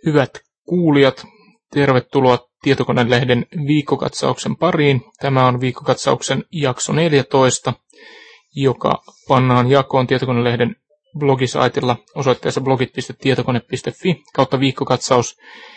Hyvät kuulijat, tervetuloa Tietokonelehden viikkokatsauksen pariin. Tämä on viikkokatsauksen jakso 14, joka pannaan jakoon Tietokonelehden blogisaitilla osoitteessa blogit.tietokone.fi kautta viikkokatsaus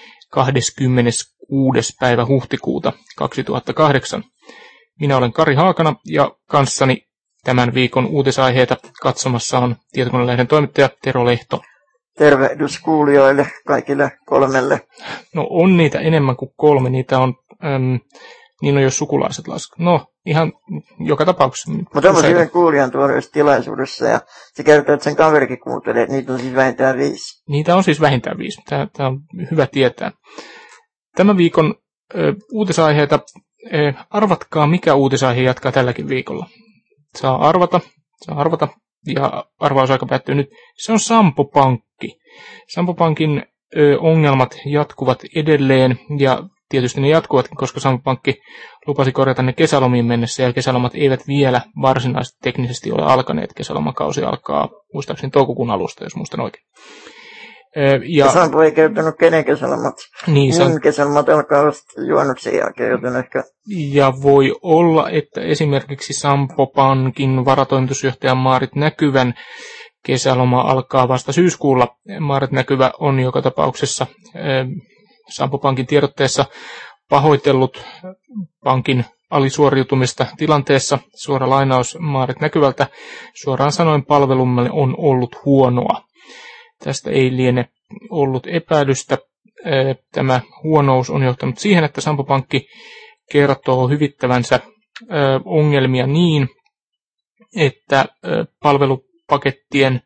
26. päivä huhtikuuta 2008. Minä olen Kari Haakana ja kanssani tämän viikon uutisaiheita katsomassa on Tietokonelehden toimittaja Tero Lehto. Tervehdys kuulijoille, kaikille kolmelle. No on niitä enemmän kuin 3, niitä on, niin on jos sukulaiset lasku. No ihan joka tapauksessa. Mutta on yhden kuulijan tuolla tilaisuudessa ja se kertoo, että sen kaverikin kuuntelee, että niitä on siis vähintään 5. Niitä on siis vähintään 5. Tämä on hyvä tietää. Tämän viikon uutisaiheita, arvatkaa mikä uutisaihe jatkaa tälläkin viikolla. Saa arvata. Ja arvausaika päättyy nyt. Se on Sampo Pankki. Sampo Pankin ongelmat jatkuvat edelleen ja tietysti ne jatkuvatkin, koska Sampo Pankki lupasi korjata ne kesälomiin mennessä ja kesälomat eivät vielä varsinaisesti teknisesti ole alkaneet. Kesälomakausi alkaa muistaakseni toukokuun alusta, jos muistan oikein. Ja Sampo ei kertonut kenen kesälomat. Niin, kesälomat alkaa vasta juonnuksen jälkeen, joten ehkä. Ja voi olla, että esimerkiksi Sampo Pankin varatoimitusjohtajan Maarit Näkyvän kesäloma alkaa vasta syyskuulla. Maarit Näkyvä on joka tapauksessa Sampo Pankin tiedotteessa pahoitellut pankin alisuoriutumista tilanteessa. Suora lainaus Maarit Näkyvältä. Suoraan sanoen palvelumme on ollut huonoa. Tästä ei liene ollut epäilystä. Tämä huonous on johtanut siihen, että Sampo Pankki kertoo hyvittävänsä ongelmia niin, että palvelupakettien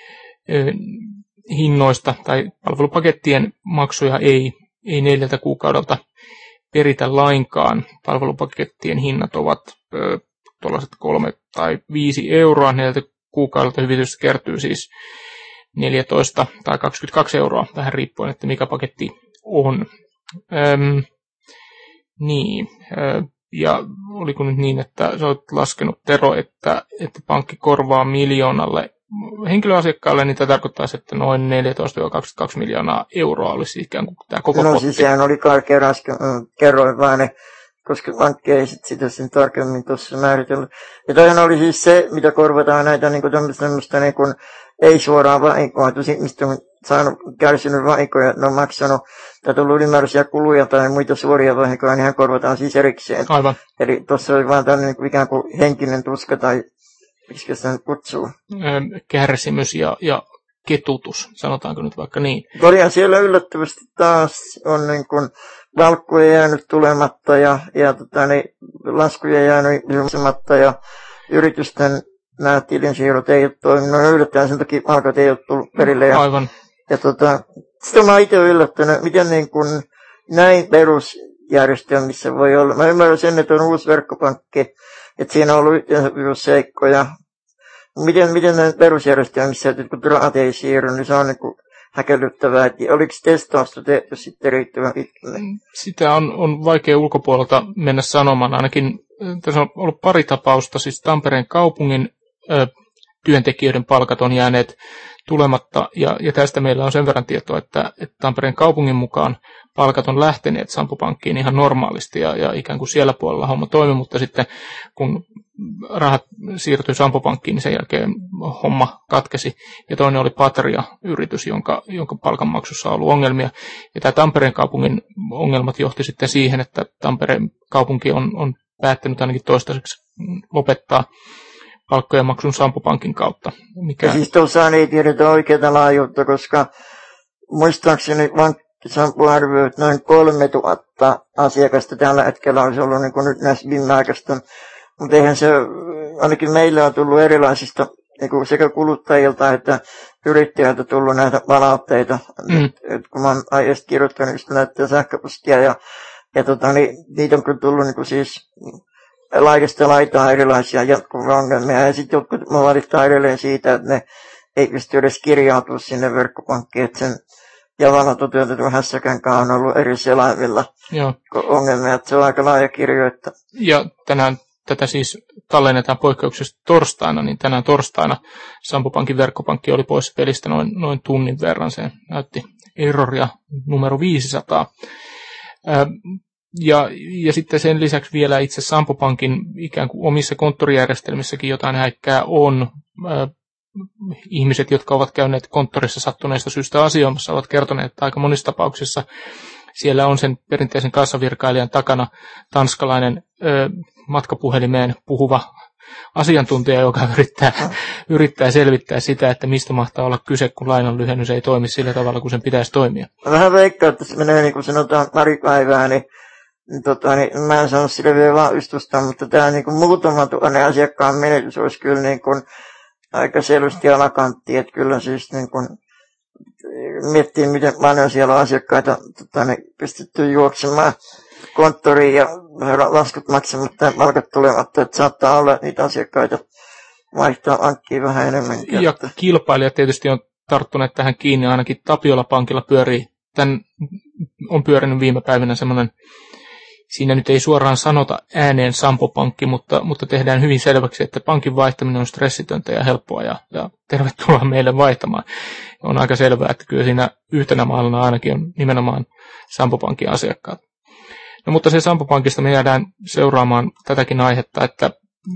hinnoista tai palvelupakettien maksuja ei 4 kuukaudelta peritä lainkaan. Palvelupakettien hinnat ovat tuollaiset 3 tai 5 euroa. 4 kuukaudelta hyvitys kertyy siis 14 tai 22 euroa, vähän riippuen, että mikä paketti on. Ja oliko nyt niin, että sä olet laskenut, Tero, että pankki korvaa 1 miljoonalle henkilöasiakkaalle, niin tämä tarkoittaisi, että noin 14-22 miljoonaa euroa olisi ikään kuin tämä koko potti. No siis sehän oli kerroin vaan ne, koska pankki ei sitä sen tarkemmin tuossa määritellyt. Ja toinen oli siis se, mitä korvataan näitä niin tämmöistä niin kuin ei suoraan vahinkoa, mistä on kärsinyt vahinkoja, ne on maksanut tai tullut ylimääräisiä kuluja tai muita suoria vahinkoja, niin hän korvataan siis erikseen. Aivan. Eli tuossa oli vaan tällainen niin ikään kuin henkinen tuska tai miksi sitä kutsuu. Kärsimys ja ketutus, sanotaanko nyt vaikka niin. Korjaan siellä yllättävästi taas on niin kuin valkkuja jäänyt tulematta ja laskuja jäänyt ilmaisematta ja yritysten nämä tilinsiirrot ei ole toiminut. Yllättäen sen takia palkat ei ole tullut perille. Aivan. Ja sitten mä itse yllättänyt, miten niin kuin näin perusjärjestelmissä voi olla. Mä ymmärrän sen, että on uusi verkkopankki, että siinä on ollut yhteensopivuusseikkoja. Miten näin perusjärjestelmissä, että kun rahat ei siirry, niin se on niin kuin häkellyttävää. Oliko testausta tehty sitten riittävän pitkälle? Sitä on vaikea ulkopuolelta mennä sanomaan. Ainakin tässä on ollut pari tapausta, siis Tampereen kaupungin työntekijöiden palkat on jääneet tulematta, ja tästä meillä on sen verran tietoa, että Tampereen kaupungin mukaan palkat on lähteneet Sampo Pankkiin ihan normaalisti, ja ikään kuin siellä puolella homma toimi, mutta sitten kun rahat siirtyi Sampo Pankkiin, niin sen jälkeen homma katkesi, ja toinen oli Patria-yritys, jonka palkanmaksussa on ollut ongelmia, ja tämä Tampereen kaupungin ongelmat johti sitten siihen, että Tampereen kaupunki on päättänyt ainakin toistaiseksi lopettaa palkkojen maksun Sampo Pankin kautta. Ja siis tuossa ei tiedetä oikeaa laajuutta, koska muistaakseni Sampo arvioi, että noin 3000 asiakasta tällä hetkellä olisi ollut niin kuin nyt näissä viimeaikaista. Mutta eihän se, ainakin meillä on tullut erilaisista niin sekä kuluttajilta että yrittäjiltä tullut näitä palautteita. Et kun mä oon aiemmin kirjoittanut näitä sähköpostia ja niitä on kyllä tullut niin siis laidasta laitaa erilaisia jatkuvia ongelmia. Ja sitten jotkut valittaa edelleen siitä, että ne ei pysty edes kirjautua sinne verkkopankkiin, että sen Javalla toteutetun hässäkänkaan on ollut eri selaimilla ongelmia, että se on aika laaja kirjo. Että. Ja tänään tätä siis tallennetaan poikkeuksellisesti torstaina, niin tänään torstaina Sampo Pankin verkkopankki oli poissa pelistä noin tunnin verran. Se näytti erroria numero 500. Ja sitten sen lisäksi vielä itse Sampo Pankin ikään kuin omissa konttorijärjestelmissäkin jotain häikkää on. Ihmiset, jotka ovat käyneet konttorissa sattuneesta syystä asioimassa, ovat kertoneet, että aika monissa tapauksissa siellä on sen perinteisen kassavirkailijan takana tanskalainen matkapuhelimeen puhuva asiantuntija, joka yrittää selvittää sitä, että mistä mahtaa olla kyse, kun lainanlyhennys ei toimi sillä tavalla, kun sen pitäisi toimia. Vähän veikkaa, että se menee niin kuin sanotaan pari päivää, niin mä en sano sille vielä vahvistusta, mutta tämä niin kuin muutama tuhannen asiakkaan menetys olisi kyllä niin kuin aika selvästi alakantti, että kyllä siis niin kuin miettii, miten paljon siellä on asiakkaita pistetty juoksemaan konttoriin ja laskut maksamatta ja palkat tulematta, että saattaa olla niitä asiakkaita vaihtaa pankkiin vähän enemmän. Ja kilpailijat tietysti on tarttuneet tähän kiinni, ainakin Tapiola Pankilla on pyörinyt viime päivinä semmoinen, siinä nyt ei suoraan sanota ääneen Sampo Pankki, mutta tehdään hyvin selväksi, että pankin vaihtaminen on stressitöntä ja helppoa ja tervetuloa meille vaihtamaan. On aika selvää, että kyllä siinä yhtenä maalina ainakin on nimenomaan Sampo Pankin asiakkaat. No mutta se Sampo Pankista me jäädään seuraamaan tätäkin aihetta, että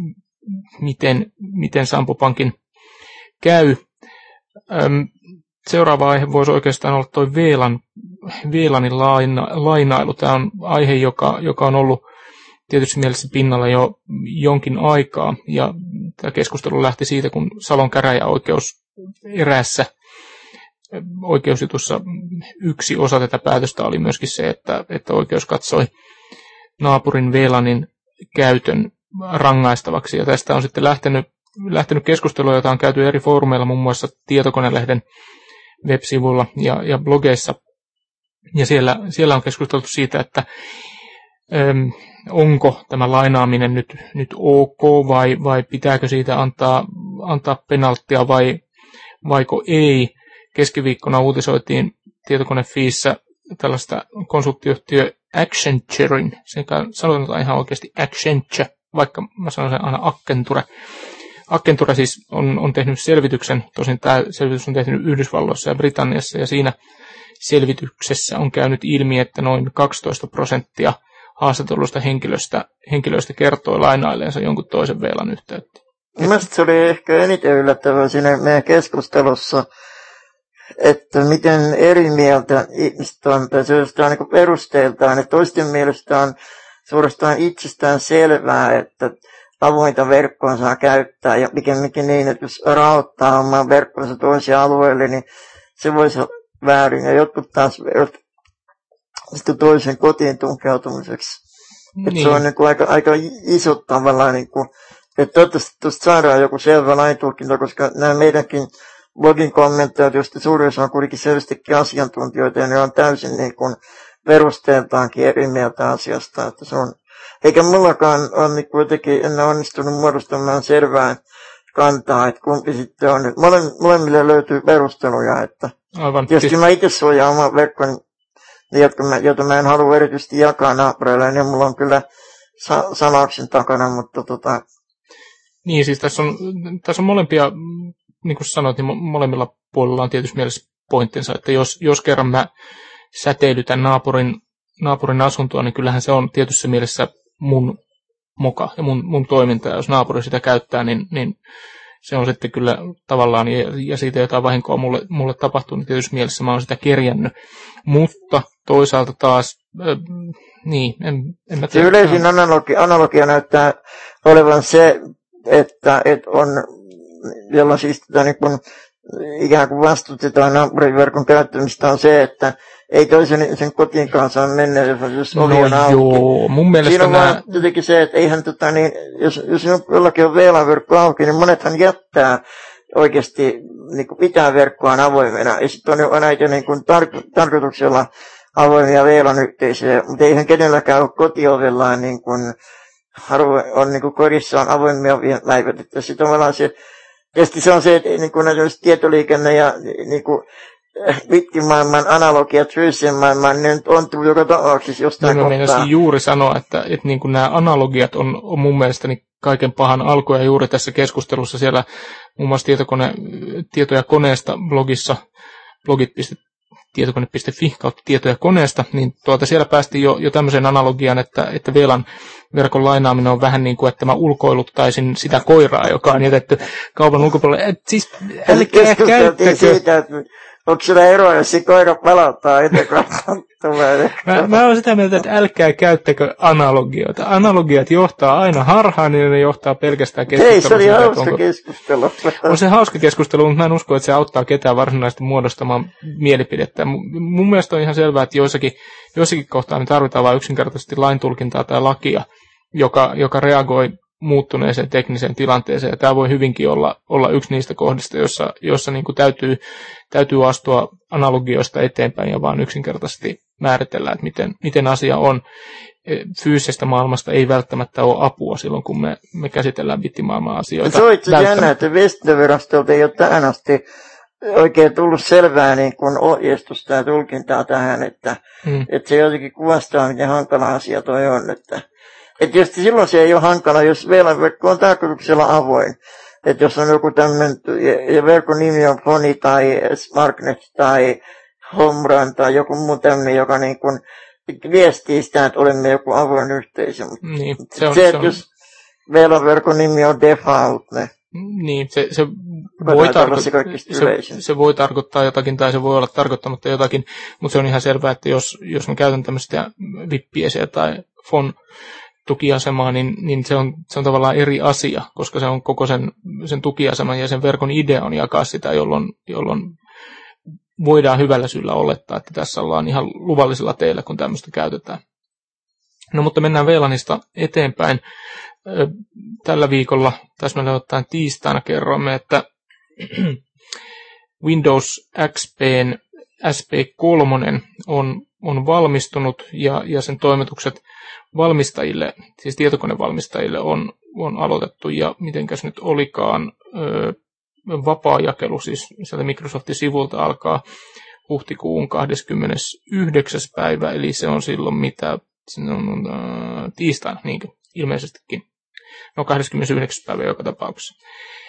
miten Sampo Pankin käy. Seuraava aihe voisi oikeastaan olla tuo VLANin lainailu. Tämä on aihe, joka on ollut tietysti mielessä pinnalla jo jonkin aikaa. Ja tämä keskustelu lähti siitä, kun Salon käräjäoikeus eräässä oikeusjutussa yksi osa tätä päätöstä oli myöskin se, että oikeus katsoi naapurin VLANin käytön rangaistavaksi. Ja tästä on sitten lähtenyt keskustelua, jota on käyty eri foorumeilla, muun muassa Tietokonelehden web-sivuilla ja blogeissa. Ja siellä on keskusteltu siitä, että onko tämä lainaaminen nyt ok vai pitääkö siitä antaa penalttia vaiko ei. Keskiviikkona uutisoitiin Tietokone.fiissä tällaista konsulttiyhtiö Accenturin, sen sanotaan ihan oikeasti Accenture, vaikka mä sanon sen aina Accenture. Accenture siis on tehnyt selvityksen, tosin tämä selvitys on tehnyt Yhdysvalloissa ja Britanniassa, ja siinä selvityksessä on käynyt ilmi, että noin 12% haastatelluista henkilöistä kertoi lainailleensa jonkun toisen VLAN yhteyttä. Mielestäni se oli ehkä eniten yllättävää siinä meidän keskustelussa, että miten eri mieltä ihmiset on, tai se on niin perusteeltaan, että toisten mielestä on suorastaan itsestään selvää, että avointa verkkoa saa käyttää, ja pikemminkin niin, että jos rahoittaa oman verkkonsa toiseen alueelle, niin se voisi olla väärin, ja jotkut taas sitä toisen kotiin tunkeutumiseksi. Niin. Että se on niin kuin aika iso tavallaan, niin kuin, että toivottavasti tuosta saadaan joku selvä laintulkinta, koska nämä meidänkin blogin kommentoijat, joista suurin osa on kuitenkin selvästikin asiantuntijoita, ja ne on täysin niin kuin perusteeltaankin eri mieltä asiasta, että se on. Eikä mullakaan ole niin jotenkin en onnistunut muodostamaan selvää kantaa, että kumpi sitten on. Molemmille löytyy perusteluja, että aivan. Tietysti mä itse suojaan oman verkkoni, jota mä en halua erityisesti jakaa naapureille, niin mulla on kyllä salauksen takana, mutta Niin, siis tässä on molempia, niin kuin sanoit, niin molemmilla puolilla on tietysti mielessä pointtinsa, että jos kerran mä säteilytän naapurin asuntoa, niin kyllähän se on tietyssä mielessä mun moka ja mun toiminta, ja jos naapuri sitä käyttää, niin se on sitten kyllä tavallaan, ja siitä jotain vahinkoa mulle tapahtuu, niin tietysti mielessä mä oon sitä kerjännyt. Mutta toisaalta taas, niin, en mä tiedä. Se yleisin analogia näyttää olevan se, että on, jolla siis niin kun, ikään kuin vastustetaan naapuriverkon käyttämistä, on se, että ei toisen sen kotiin kanssa mennä, jos ovi on auki. Joo, mun mielestä siinä on vaan jotenkin se, että eihän jos jollakin on VLAN-verkko auki, niin monethan jättää oikeasti niin kuin pitää verkkoaan avoimena. Ja sitten on näitä niin kuin tarkoituksella avoimia VLAN-yhteisöjä, mutta eihän kenelläkään ole kotiovellaan niin kuin on niin kuin kodissaan avoimia päivitettä. Sitten tavallaan se, tietysti se on se, että niin kuin tietoliikenne ja niin kuin bittimaailman analogiat fyysisen maailman, ne on tullut joka tapauksessa jostain kohtaa. Mä meinasin juuri sanoa, että niin kuin nämä analogiat on mun mielestäni kaiken pahan alku, ja juuri tässä keskustelussa siellä muun muassa tieto ja koneesta blogissa tietokone.fi kautta tietoja koneesta, niin siellä päästiin jo tämmöiseen analogiaan, että VLAN verkon lainaaminen on vähän niin kuin, että mä ulkoiluttaisin sitä koiraa, joka on jätetty kaupan ulkopuolelle. Siis älkää käyttäkö. Siitä, että onko siellä eroa, jos se koira palauttaa ennen kuin tulee? Mä oon sitä mieltä, että älkää käyttäkö analogioita. Analogiat johtaa aina harhaan, niin ne johtaa pelkästään keskustelua. Hei, se oli hauska keskustelu. On se hauska keskustelu, mutta mä en usko, että se auttaa ketään varsinaisesti muodostamaan mielipidettä. Mun mielestä on ihan selvää, että joissakin kohtaa me tarvitaan vain yksinkertaisesti laintulkintaa tai lakia, joka reagoi muuttuneeseen tekniseen tilanteeseen. Ja tämä voi hyvinkin olla yksi niistä kohdista, jossa niin kuin täytyy astua analogioista eteenpäin ja vaan yksinkertaisesti määritellä, että miten asia on. Fyysisestä maailmasta ei välttämättä ole apua silloin, kun me käsitellään bittimaailman asioita. Se on itse jännä, että viestintävirastolta ei ole tähän asti oikein tullut selvää niin kuin ohjeistusta ja tulkintaa tähän, että se jotenkin kuvastaa, miten hankala asia toi on. Että tietysti silloin se ei ole hankala, jos VLAN-verkko on tarkoituksella avoin. Että jos on joku tämmöinen, ja verkon nimi on Foni tai Smartnet tai Homerun tai joku muu tämmöinen, joka niin kuin viestii sitä, että olemme joku avoin yhteisö. Niin, jos VLAN-verkon nimi on Default, niin, se voi tarkoittaa jotakin tai se voi olla tarkoittamatta jotakin, mutta se on ihan selvää, että jos mä käytän tämmöistä VIP-esiä tai FON tukiasemaa, niin se on tavallaan eri asia, koska se on koko sen tukiaseman ja sen verkon idea on jakaa sitä, jolloin voidaan hyvällä syyllä olettaa, että tässä ollaan ihan luvallisella teillä, kun tämmöistä käytetään. No mutta mennään VLANista eteenpäin. Tällä viikolla, täsmälleen ottaen tiistaina, kerroimme, että Windows XP:n SP3 on valmistunut ja sen toimitukset valmistajille, siis tietokonevalmistajille on aloitettu, ja mitenkäs nyt olikaan, vapaa-jakelu, siis sieltä Microsoftin sivulta alkaa huhtikuun 29. päivä, eli se on silloin tiistaina, niinkö, ilmeisestikin. No 29. päivä joka tapauksessa.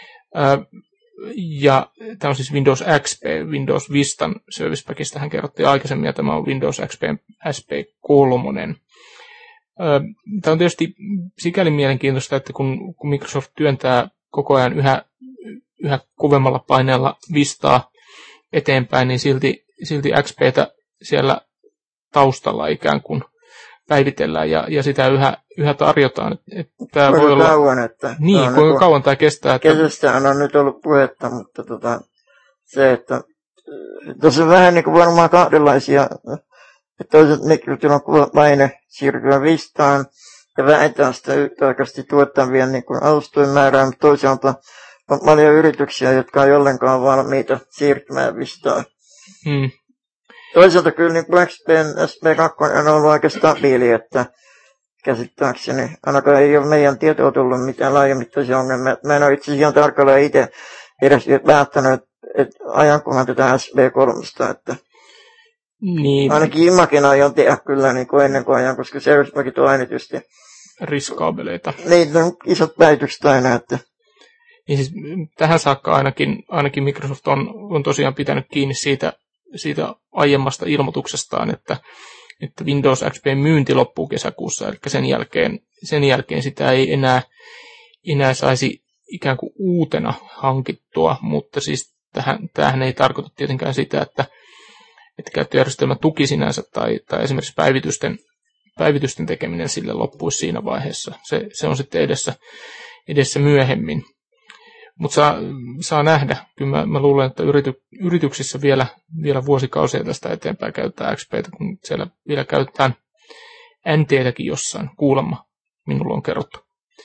Ja tämä on siis Windows XP, Windows Vistan Service Packista hän kerrottiin aikaisemmin, ja tämä on Windows XP SP3. Tämä on tietysti sikäli mielenkiintoista, että kun Microsoft työntää koko ajan yhä kovemmalla paineella Vistaa eteenpäin, niin silti XPtä siellä taustalla ikään kuin päivitellään ja sitä yhä tarjotaan. Tämä voi olla kauan, että niin, kuinka kauan tämä kestää. Kesästähän on nyt ollut puhetta, mutta se, että tuossa on vähän niin kuin varmaan kahdenlaisia, että toiset Microsoftilla on paine siirtyä Vistaan ja vähentää sitä yhtäaikaisesti tuottavien niin kuin alustojen määrää, mutta toisaalta on paljon yrityksiä, jotka ei ollenkaan valmiita siirtymään Vistaan. Toisaalta kyllä niin SP2 on ollut aika stabiili, että käsittääkseni ainakaan ei ole meidän tietoa tullut mitään laajamittaisia ongelmia. Mä en ole itse asiassa ihan tarkalleen itse edes päättänyt, että ajankohan tätä SP3, että niin, ainakin Imagen aion tehdä kyllä niin kuin ennen kuin ajan, koska Service Packit on aina tietysti riskaabeleita. Niin, on isot päivitykset aina, että niin siis tähän saakka ainakin Microsoft on tosiaan pitänyt kiinni siitä aiemmasta ilmoituksestaan, että Windows XP:n myynti loppuu kesäkuussa, eli sen jälkeen sitä ei enää saisi ikään kuin uutena hankittua, mutta siis tämähän ei tarkoita tietenkään sitä, että käyttöjärjestelmä tuki sinänsä tai esimerkiksi päivitysten tekeminen sille loppuisi siinä vaiheessa. Se on sitten edessä myöhemmin. Mutta saa nähdä. Kyllä mä luulen, että yrityksissä vielä vuosikausia tästä eteenpäin käytetään XP:tä, kun siellä vielä käytetään NT:täkin jossain. Kuulemma minulla on kerrottu.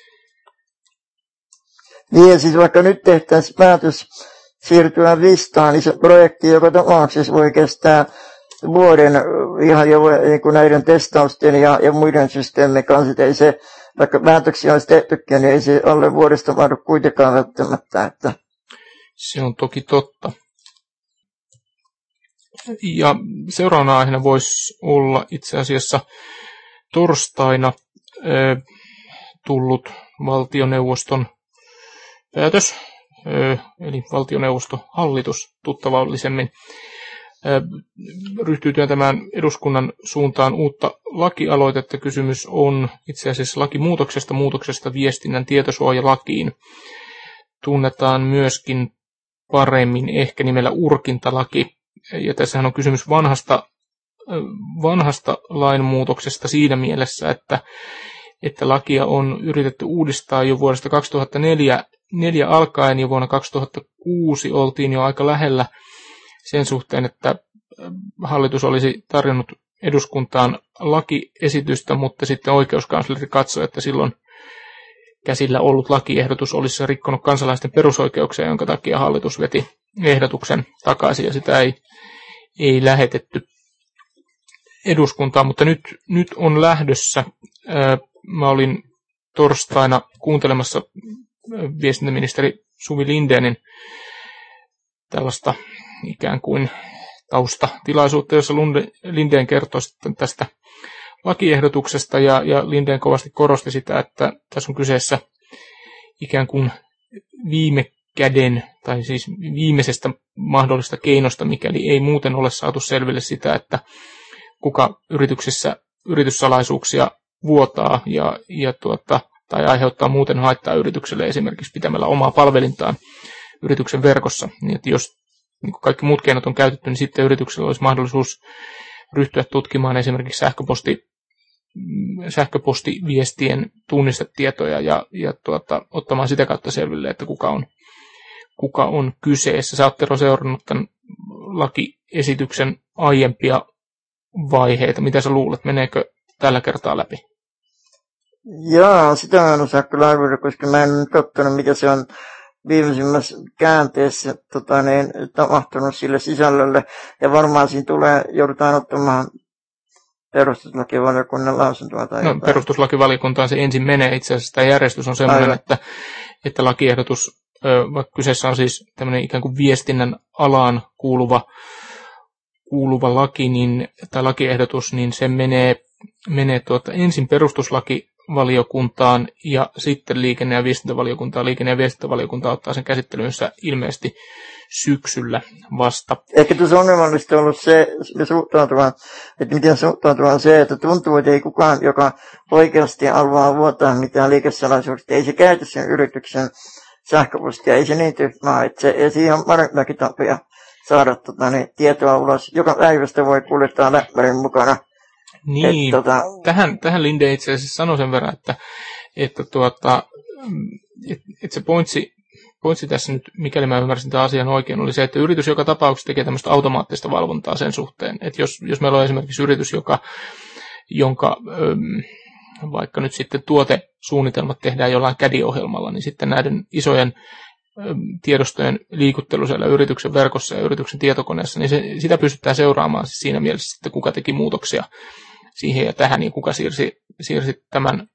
Niin, ja siis vaikka nyt tehtäisiin päätös siirtyä Vistaan, niin se projekti joka tapauksessa voi kestää vuoden ihan jo niin kuin näiden testausten ja muiden systeemien kanssa. Ei se, vaikka päätöksiä olisi tehtykin, niin ei se alle vuodesta vaadu kuitenkaan välttämättä. Että se on toki totta. Ja seuraavana aiheena voisi olla itse asiassa torstaina tullut valtioneuvoston päätös, eli valtioneuvostohallitus tuttavallisemmin, ryhtyy työntämään eduskunnan suuntaan uutta lakialoitetta. Kysymys on itse asiassa muutoksesta viestinnän tietosuojalakiin. Tunnetaan myöskin paremmin ehkä nimellä urkintalaki. Ja tässähän on kysymys vanhasta lainmuutoksesta siinä mielessä, että lakia on yritetty uudistaa jo vuodesta 2004 alkaen, ja vuonna 2006 oltiin jo aika lähellä sen suhteen, että hallitus olisi tarjonnut eduskuntaan lakiesitystä, mutta sitten oikeuskansleri katsoi, että silloin käsillä ollut lakiehdotus olisi rikkonut kansalaisten perusoikeuksia, jonka takia hallitus veti ehdotuksen takaisin, ja sitä ei lähetetty eduskuntaan, mutta nyt on lähdössä. Mä olin torstaina kuuntelemassa viestintäministeri Suvi Lindénin tällaista ikään kuin taustatilaisuutta, jossa Lindén kertoi sitten tästä lakiehdotuksesta, ja Lindén kovasti korosti sitä, että tässä on kyseessä ikään kuin viime käden, tai siis viimeisestä mahdollista keinosta, mikäli ei muuten ole saatu selville sitä, että kuka yrityksissä yrityssalaisuuksia vuotaa tai aiheuttaa muuten haittaa yritykselle esimerkiksi pitämällä omaa palvelintaan yrityksen verkossa. Niin että jos niin kuin kaikki muut keinot on käytetty, niin sitten yrityksellä olisi mahdollisuus ryhtyä tutkimaan esimerkiksi sähköpostiviestien tunnistetietoja ja ottamaan sitä kautta selville, että kuka on kyseessä. Sä oot, Tero, seurannut tämän lakiesityksen aiempia vaiheita. Mitä sä luulet, meneekö tällä kertaa läpi? Jaa, sitä mä en osaa kyllä arvioida, koska mä en nyt katsonut, mitä se on viimeisimmässä käänteessä tapahtunut sille sisällölle. Ja varmaan siinä joudutaan ottamaan perustuslakivaliokunnan lausuntoa tai jotain. Perustuslakivaliokuntaan se ensin menee. Itse asiassa tämä järjestys on sellainen, että lakiehdotus, vaikka kyseessä on siis tämmöinen ikään kuin viestinnän alaan kuuluva laki, tai lakiehdotus, niin se menee ensin perustuslakivaliokuntaan ja sitten liikenne- ja viestintävaliokuntaan. Liikenne- ja viestintävaliokunta ottaa sen käsittelyynsä ilmeisesti syksyllä vasta. Ehkä tuossa ongelmallista ollut miten suhtautuvan se, että tuntuu, että ei kukaan, joka oikeasti haluaa vuotaa mitään liikesalaisuuksia, ei se käytä sen yrityksen sähköpostia, ei se niin tyhmää, että se ei ihan parempiakin tapoja saada tietoa ulos. Joka päivästä voi kuljettaa läppärin mukana. Niin, tähän Lindén itse asiassa sanoi sen verran, että se pointsi tässä nyt, mikäli mä ymmärsin tämän asian oikein, oli se, että yritys joka tapauksessa tekee tämmöistä automaattista valvontaa sen suhteen. Että jos meillä on esimerkiksi yritys, jonka vaikka nyt sitten tuotesuunnitelmat tehdään jollain CAD-ohjelmalla, niin sitten näiden isojen tiedostojen liikuttelu siellä yrityksen verkossa ja yrityksen tietokoneessa, niin sitä pystytään seuraamaan siis siinä mielessä, että kuka teki muutoksia siihen ja tähän, ja kuka siirsi tämän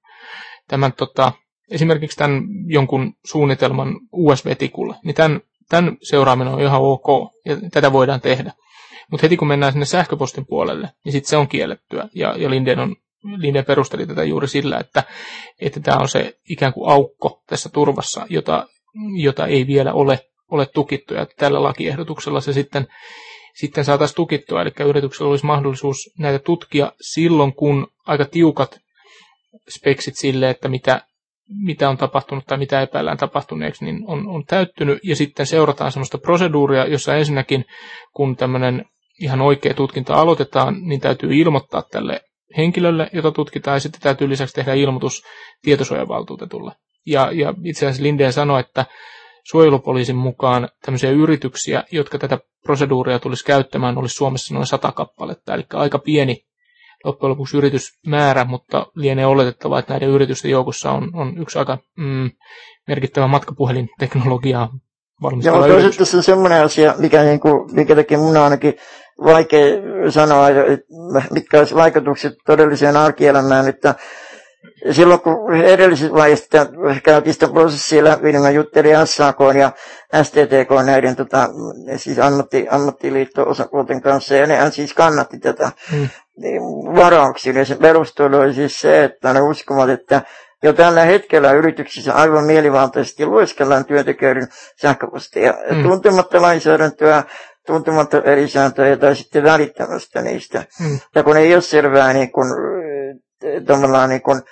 esimerkiksi tämän jonkun suunnitelman USB-tikulle, niin tämän seuraaminen on ihan ok, ja tätä voidaan tehdä. Mutta heti kun mennään sinne sähköpostin puolelle, niin sitten se on kiellettyä, ja Lindén perusteli tätä juuri sillä, että tämä on se ikään kuin aukko tässä turvassa, jota ei vielä ole tukittu, ja tällä lakiehdotuksella se sitten saataisiin tukittua, eli yrityksellä olisi mahdollisuus näitä tutkia silloin, kun aika tiukat speksit sille, että mitä on tapahtunut tai mitä epäillään tapahtuneeksi, niin on täyttynyt, ja sitten seurataan sellaista proseduuria, jossa ensinnäkin, kun tämmöinen ihan oikea tutkinta aloitetaan, niin täytyy ilmoittaa tälle henkilölle, jota tutkitaan, ja sitten täytyy lisäksi tehdä ilmoitus tietosuojavaltuutetulle. Ja itse asiassa Lindén sanoi, että suojelupoliisin mukaan tämmöisiä yrityksiä, jotka tätä proseduuria tulisi käyttämään, olisi Suomessa noin 100 kappaletta, eli aika pieni loppujen lopuksi yritysmäärä, mutta lienee oletettavaa, että näiden yritysten joukossa on yksi aika merkittävä matkapuhelinteknologiaa valmistava yritys. Joo, tässä on semmoinen asia, mikä tekee mun ainakin vaikea sanoa, mitkä olisi vaikutukset todelliseen arkielämään, että silloin kun edellisessä vaiheessa käytiin sitä prosessia läpi, niin mä juttelin SAK ja STTK näiden siis ammattiliitto-osapuolten kanssa, ja nehän siis kannatti tätä varauksia. Ja se perustelu oli siis se, että ne uskovat, että jo tällä hetkellä yrityksissä aivan mielivaltaisesti lueskellaan työntekijöiden sähköpostia. Tuntematta lainsäädäntöä, tuntematta pelisääntöjä tai sitten välittämästä niistä. Ja kun ei ole selvää niin kun, tavallaan niin kun,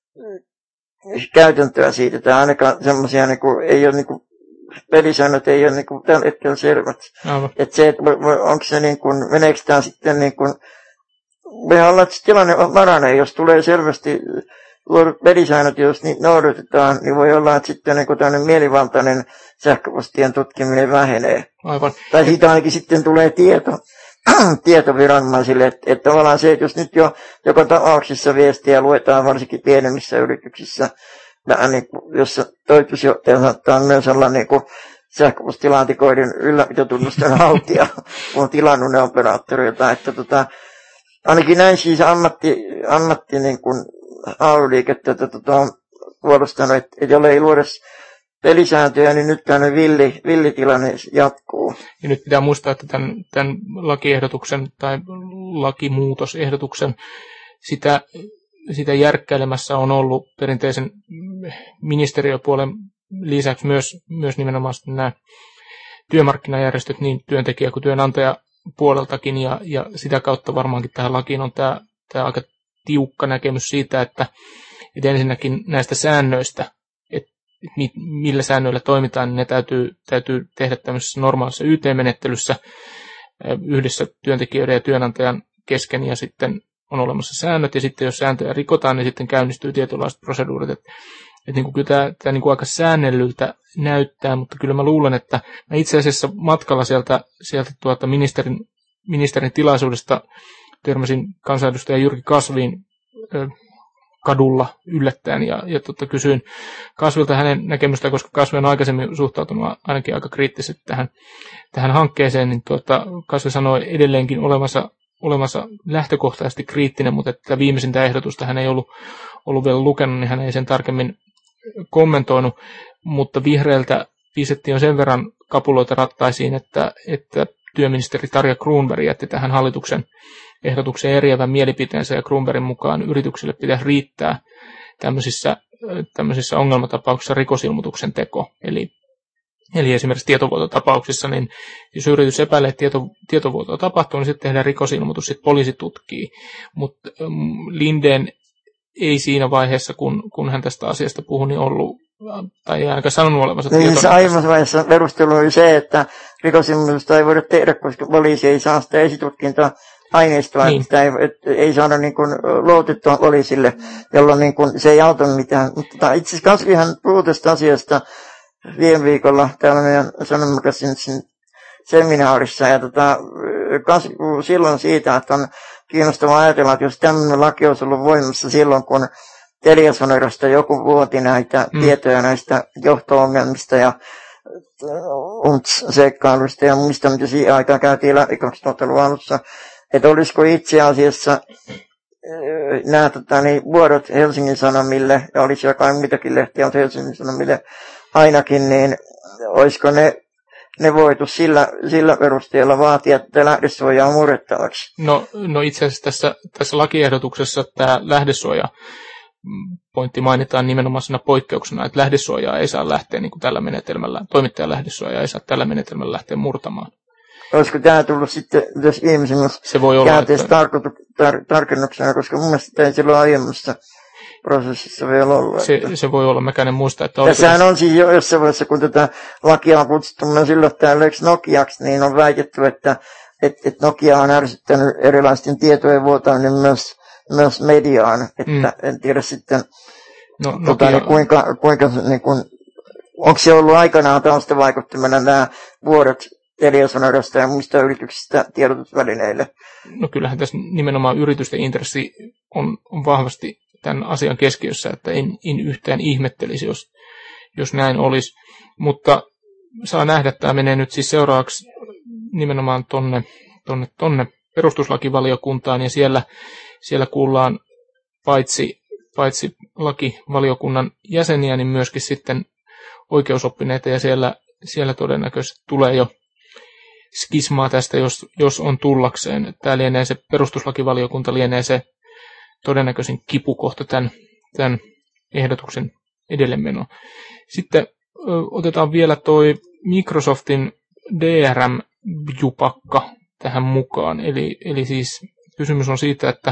käytäntöä siitä, tai ainakaan semmoisia, niin kun, ei ole niin kun, pelisäännöt ei ole niin kun, tällä hetkellä selvät. Että se, onko se niin kun, meneekö tämä sitten niin kun, voi olla, että tilanne paranee, jos tulee selvästi pelisäännöt, jos niitä noudatetaan, niin voi olla, että sitten niin tämmöinen mielivaltainen sähköpostien tutkiminen vähenee. Aivan. Tai siitä ainakin sitten tulee tieto viranomaisille, että tavallaan se, että jos nyt jo joka tapauksessa viestiä luetaan varsinkin pienemmissä yrityksissä, vähän niin kuin, jossa toimitusjohtaja saattaa myös olla niin kuin sähköpostilaatikoiden ylläpitotunnusten haltija, kun on tilannut ne operaattorilta, että ainakin näin siis ammatti niin kuin AY-liikettä on puolustanut, että jollei luoda pelisääntöjä, niin nyt tämä villitilanne jatkuu. Ja nyt pitää muistaa, että tämän lakiehdotuksen tai lakimuutosehdotuksen sitä järkkäilemässä on ollut perinteisen ministeriöpuolen lisäksi myös nimenomaan nämä työmarkkinajärjestöt niin työntekijä- kuin työnantajapuoleltakin, ja sitä kautta varmaankin tähän lakiin on tämä aika tiukka näkemys siitä, että ensinnäkin näistä säännöistä, että millä säännöillä toimitaan, niin ne täytyy tehdä tämmöisessä normaalissa YT-menettelyssä yhdessä työntekijöiden ja työnantajan kesken, ja sitten on olemassa säännöt, ja sitten jos sääntöjä rikotaan, niin sitten käynnistyy tietynlaiset proseduurit. Että niin kuin kyllä tämä niin kuin aika säännellyltä näyttää, mutta kyllä mä luulen, että mä itse asiassa matkalla sieltä ministerin tilaisuudesta törmäsin kansanedustaja Jyrki Kasviin kadulla yllättäen ja kysyin Kasvilta hänen näkemystään, koska Kasvi on aikaisemmin suhtautunut ainakin aika kriittisesti tähän hankkeeseen, niin Kasvi sanoi edelleenkin olemassa lähtökohtaisesti kriittinen, mutta että viimeisintä ehdotusta hän ei ollut vielä lukenut, niin hän ei sen tarkemmin kommentoinut, mutta vihreältä pistettiin jo sen verran kapuloita rattaisiin, että työministeri Tarja Cronberg jätti tähän hallituksen ehdotuksen eriävän mielipiteensä, ja Cronbergin mukaan yrityksille pitäisi riittää tämmöisissä ongelmatapauksissa rikosilmoituksen teko. Eli esimerkiksi tietovuototapauksissa, niin jos yritys epäilee, että tietovuotoa tapahtuu, niin sitten tehdään rikosilmoitus, sitten poliisi tutkii. Mutta Lindén ei siinä vaiheessa, kun hän tästä asiasta puhui, niin ollut, tai ei ainakaan sanonut olevansa tietoinen. Niin, aiemmassa vaiheessa perustelu oli se, että rikosilmoitusta ei voida tehdä, koska poliisi ei saa sitä esitutkintaa aineistoa, niin. Sitä ei saada niin kuin luotettua poliisille, jolloin niin kuin se ei auta mitään. Mutta itse asiassa Kasvihan puhui tästä asiasta viime viikolla täällä meidän Sanomakassin seminaarissa, ja Kasvi puhui silloin siitä, että on kiinnostavaa ajatella, että jos tämmöinen laki olisi ollut voimassa silloin, kun Teliasonerosta joku vuoti näitä tietoja näistä johto-ongelmista ja seikkailuista ja muista, mitä siihen aikaan käytiin läpi 2000-luvun alussa, että olisiko itse asiassa nämä vuodot Helsingin Sanomille, ja olisi jotain muitakin lehtiä, mutta Helsingin Sanomille ainakin, niin olisiko ne voitu sillä perusteella vaatia tätä lähdesuojaa murrettavaksi? No itse asiassa tässä lakiehdotuksessa tämä lähdesuoja pointti mainitaan nimenomaan siinä poikkeuksena, että lähdesuojaa ei saa lähteä niin kuin tällä menetelmällä, toimittajan lähdesuojaa ei saa tällä menetelmällä lähteä murtamaan. Olisiko tämä tullut sitten tässä viimeisimmässä käänteessä tarkennuksena, koska mun mielestä tämä ei silloin aiemmassa prosessissa vielä ollut. Se voi olla, mäkään en muista, että tässähän on siis jo jossain vaiheessa, kun tätä lakia on kutsuttu silloin täällä Lex Nokiaksi, niin on väitetty, että Nokia on ärsyttänyt erilaisten tietojen vuotaminen myös mediaan, että en tiedä sitten, niin kuinka niin kuin, onko se ollut aikanaan taustavaikuttimena nämä vuodot Teliasonerosta ja muista yrityksistä tiedotusvälineille? No kyllähän tässä nimenomaan yritysten intressi on vahvasti tämän asian keskiössä, että en yhtään ihmettelisi, jos näin olisi. Mutta saa nähdä, että tämä menee nyt siis seuraavaksi nimenomaan tonne perustuslakivaliokuntaan, ja siellä kuullaan paitsi lakivaliokunnan jäseniä, niin myöskin sitten oikeusoppineita, ja siellä todennäköisesti tulee jo skismaa tästä, jos on tullakseen. Tämä lienee se perustuslakivaliokunta lienee se todennäköisin kipukohta tämän ehdotuksen edellemeno. Sitten otetaan vielä toi Microsoftin DRM jupakka tähän mukaan. Eli siis kysymys on siitä, että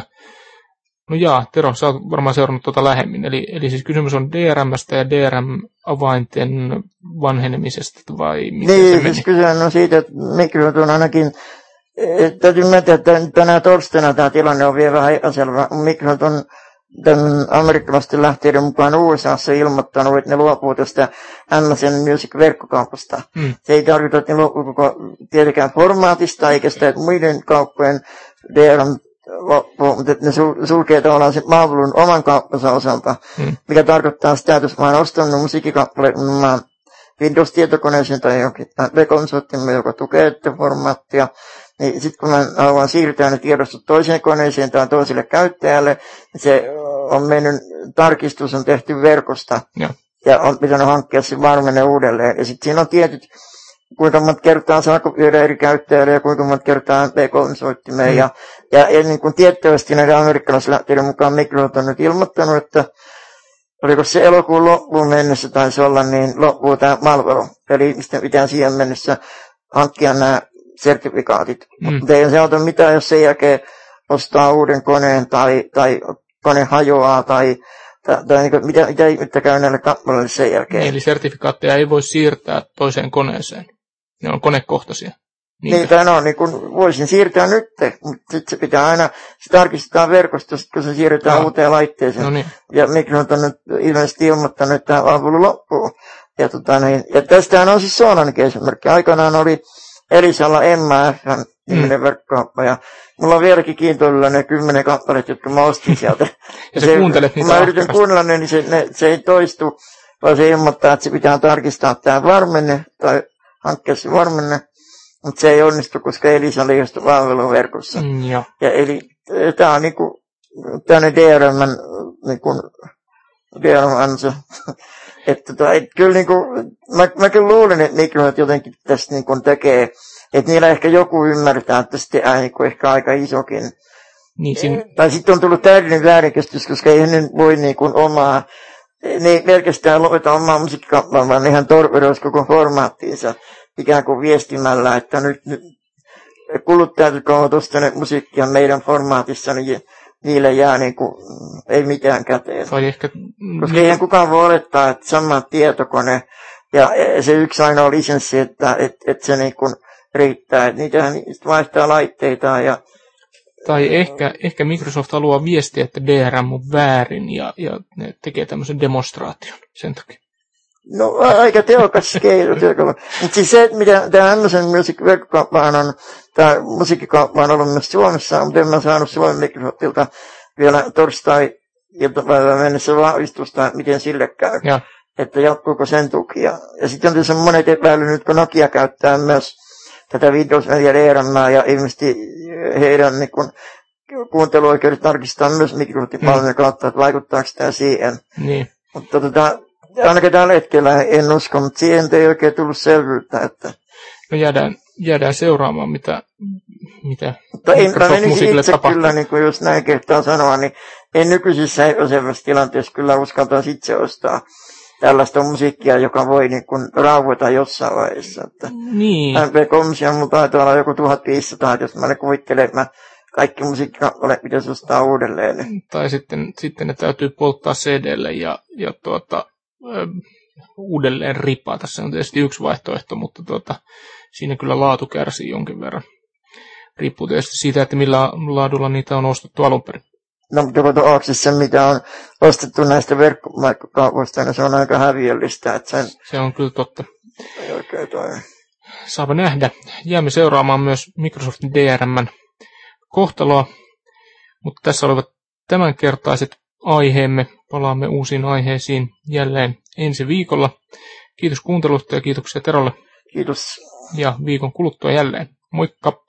Tero, sä oot varmaan seurannut tuota lähemmin. Eli siis kysymys on DRM:stä ja DRM-avainten vanhenemisesta vai miten se meni? Siis kysymys on siitä, että Microsoft on ainakin, täytyy miettiä, että tänä torstaina tämä tilanne on vielä vähän epäselvä. Microsoft on tämän amerikkalaisten lähteiden mukaan USAssa ilmoittanut, että ne luopuu tästä Amazon Music-verkkokaupasta. Se ei tarkoita, että ne luopuu tietenkään formaatista, eikä sitä, että muiden kauppojen DRM loppuu, mutta että ne sulkee tavallaan sen palvelun oman kauppansa osalta, mikä tarkoittaa sitä, että jos mä oon ostanut musiikkikappaleet Windows-tietokoneeseen tai johonkin web-konsorttiin, joka tukee formaattia, niin sitten kun mä haluan siirtää ne tiedostot toiseen koneeseen tai toiselle käyttäjälle, se on mennyt, tarkistus on tehty verkosta ja on pitänyt hankkia se varmenne uudelleen. Ja sitten siinä on tietyt, kuinka monta kertaa saa kopioida eri käyttäjälle ja kuinka monta kertaa web-konsorttimeen. Ja niin kuin tiettävästi näiden amerikkalaislähteiden mukaan Microsoft on nyt ilmoittanut, että oliko se elokuun loppuun mennessä taisi olla, niin loppuu tämä palvelu. Eli mistä pitää siihen mennessä hankkia nämä sertifikaatit. Mutta ei se auta mitään, jos sen jälkeen ostaa uuden koneen tai kone hajoaa tai mitä käy näille kappaleille sen jälkeen. Eli sertifikaatteja ei voi siirtää toiseen koneeseen. Ne on konekohtaisia. Niitä on, niin kun voisin siirtää nyt, mutta sitten se pitää aina, se tarkistetaan verkostosta, kun se siirretään uuteen laitteeseen. No niin. Ja Microsoft on nyt ilmeisesti ilmoittanut, että tämä palvelu loppuu. Ja tästähän on siis Sonankin esimerkki. Aikanaan oli Elisalla MF niminen verkkokauppa, ja mulla on vieläkin kiintoilla ne 10 kappaleet, jotka mä ostin sieltä. Ja sä kuuntelet niitä. Mä yritän kuunnella ne, niin se ei toistu, vaan se ilmoittaa, että se pitää tarkistaa tämä varmenne, tai hankkia se varmenne, mutta se ei onnistu, koska Elisa oli just palveluverkossa. Ja eli tämä on niinku tämmöinen DRM:n niinku DRM-ansa. Että kyllä niinku, mä kyllä luulen, että Microsoft jotenkin tästä niinku tekee, että niillä ehkä joku ymmärtää, että tästä tehdään niinku ehkä aika isokin. Tai sitten on tullut täydellinen väärinkäsitys, koska ei ne voi niinku omaa, ne ei pelkästään lopeta omaa musiikkikappalaa, vaan nehän torpedoisi koko formaattiinsa ikään kuin viestimällä, että nyt kuluttajat, jotka ovat ostaneet musiikkia meidän formaatissa, niin niille jää niinku, ei mitään käteen. Koska eihän kukaan voi olettaa, että sama tietokone ja se yksi ainoa lisenssi, että se niinku riittää. Että niitähän vaihtaa laitteita ja... Tai ehkä Microsoft haluaa viestiä, että DRM on väärin ja ne tekee tämmöisen demonstraation sen takia. No aika tehokas keino. Mutta siis se, mitä tämä Amazon Music-verkkokauppaan on, tämä musiikkikauppa on ollut myös Suomessa, mutta en mä saanut Suomen Microsoftilta vielä torstai-iltapäivään mennessä vahvistusta, miten sille käy. Että jatkuuko sen tuki. Ja sitten on tässä monet epäilyt nyt, kun Nokia käyttää myös tätä Windows Media DRM:ää ja ilmeisesti heidän niin kun, kuunteluoikeudet tarkistaa myös Microsoftin palvelun kautta, että vaikuttaako tämä siihen. Niin. Mutta ainakin tällä hetkellä en usko, mutta siihen ei oikein tullut selvyyttä. Että... No jäädään seuraamaan, mitä Microsoft-musiikille tapahtuu. Kyllä, niin kuin jos näin kehtaa sanoa, niin en nykyisissä epäselvässä tilanteessa kyllä uskaltaisi itse ostaa tällaista musiikkia, joka voi niin kuin rauhoita jossain vaiheessa. Että niin. MP3 mulla taitaa olla joku 1500, jos mä ne kuvittelen, että kaikki musiikkikappaleet pitäisi ostaa uudelleen. Tai sitten ne täytyy polttaa CD:lle ja uudelleen ripata. Se on tietysti yksi vaihtoehto, mutta siinä kyllä laatu kärsii jonkin verran. Riippuu tietysti siitä, että millä laadulla niitä on ostettu alun perin. No, mutta tapauksessa mitä on ostettu näistä verkkokaupoista, niin se on aika häviöllistä. Että se on kyllä totta. Ei oikein toimi. Saapa nähdä. Jäämme seuraamaan myös Microsoftin DRM:n kohtaloa, mutta tässä olivat tämänkertaiset aiheemme. Palaamme uusiin aiheisiin jälleen ensi viikolla. Kiitos kuuntelusta ja kiitoksia Terolle. Kiitos. Ja viikon kuluttua jälleen. Moikka!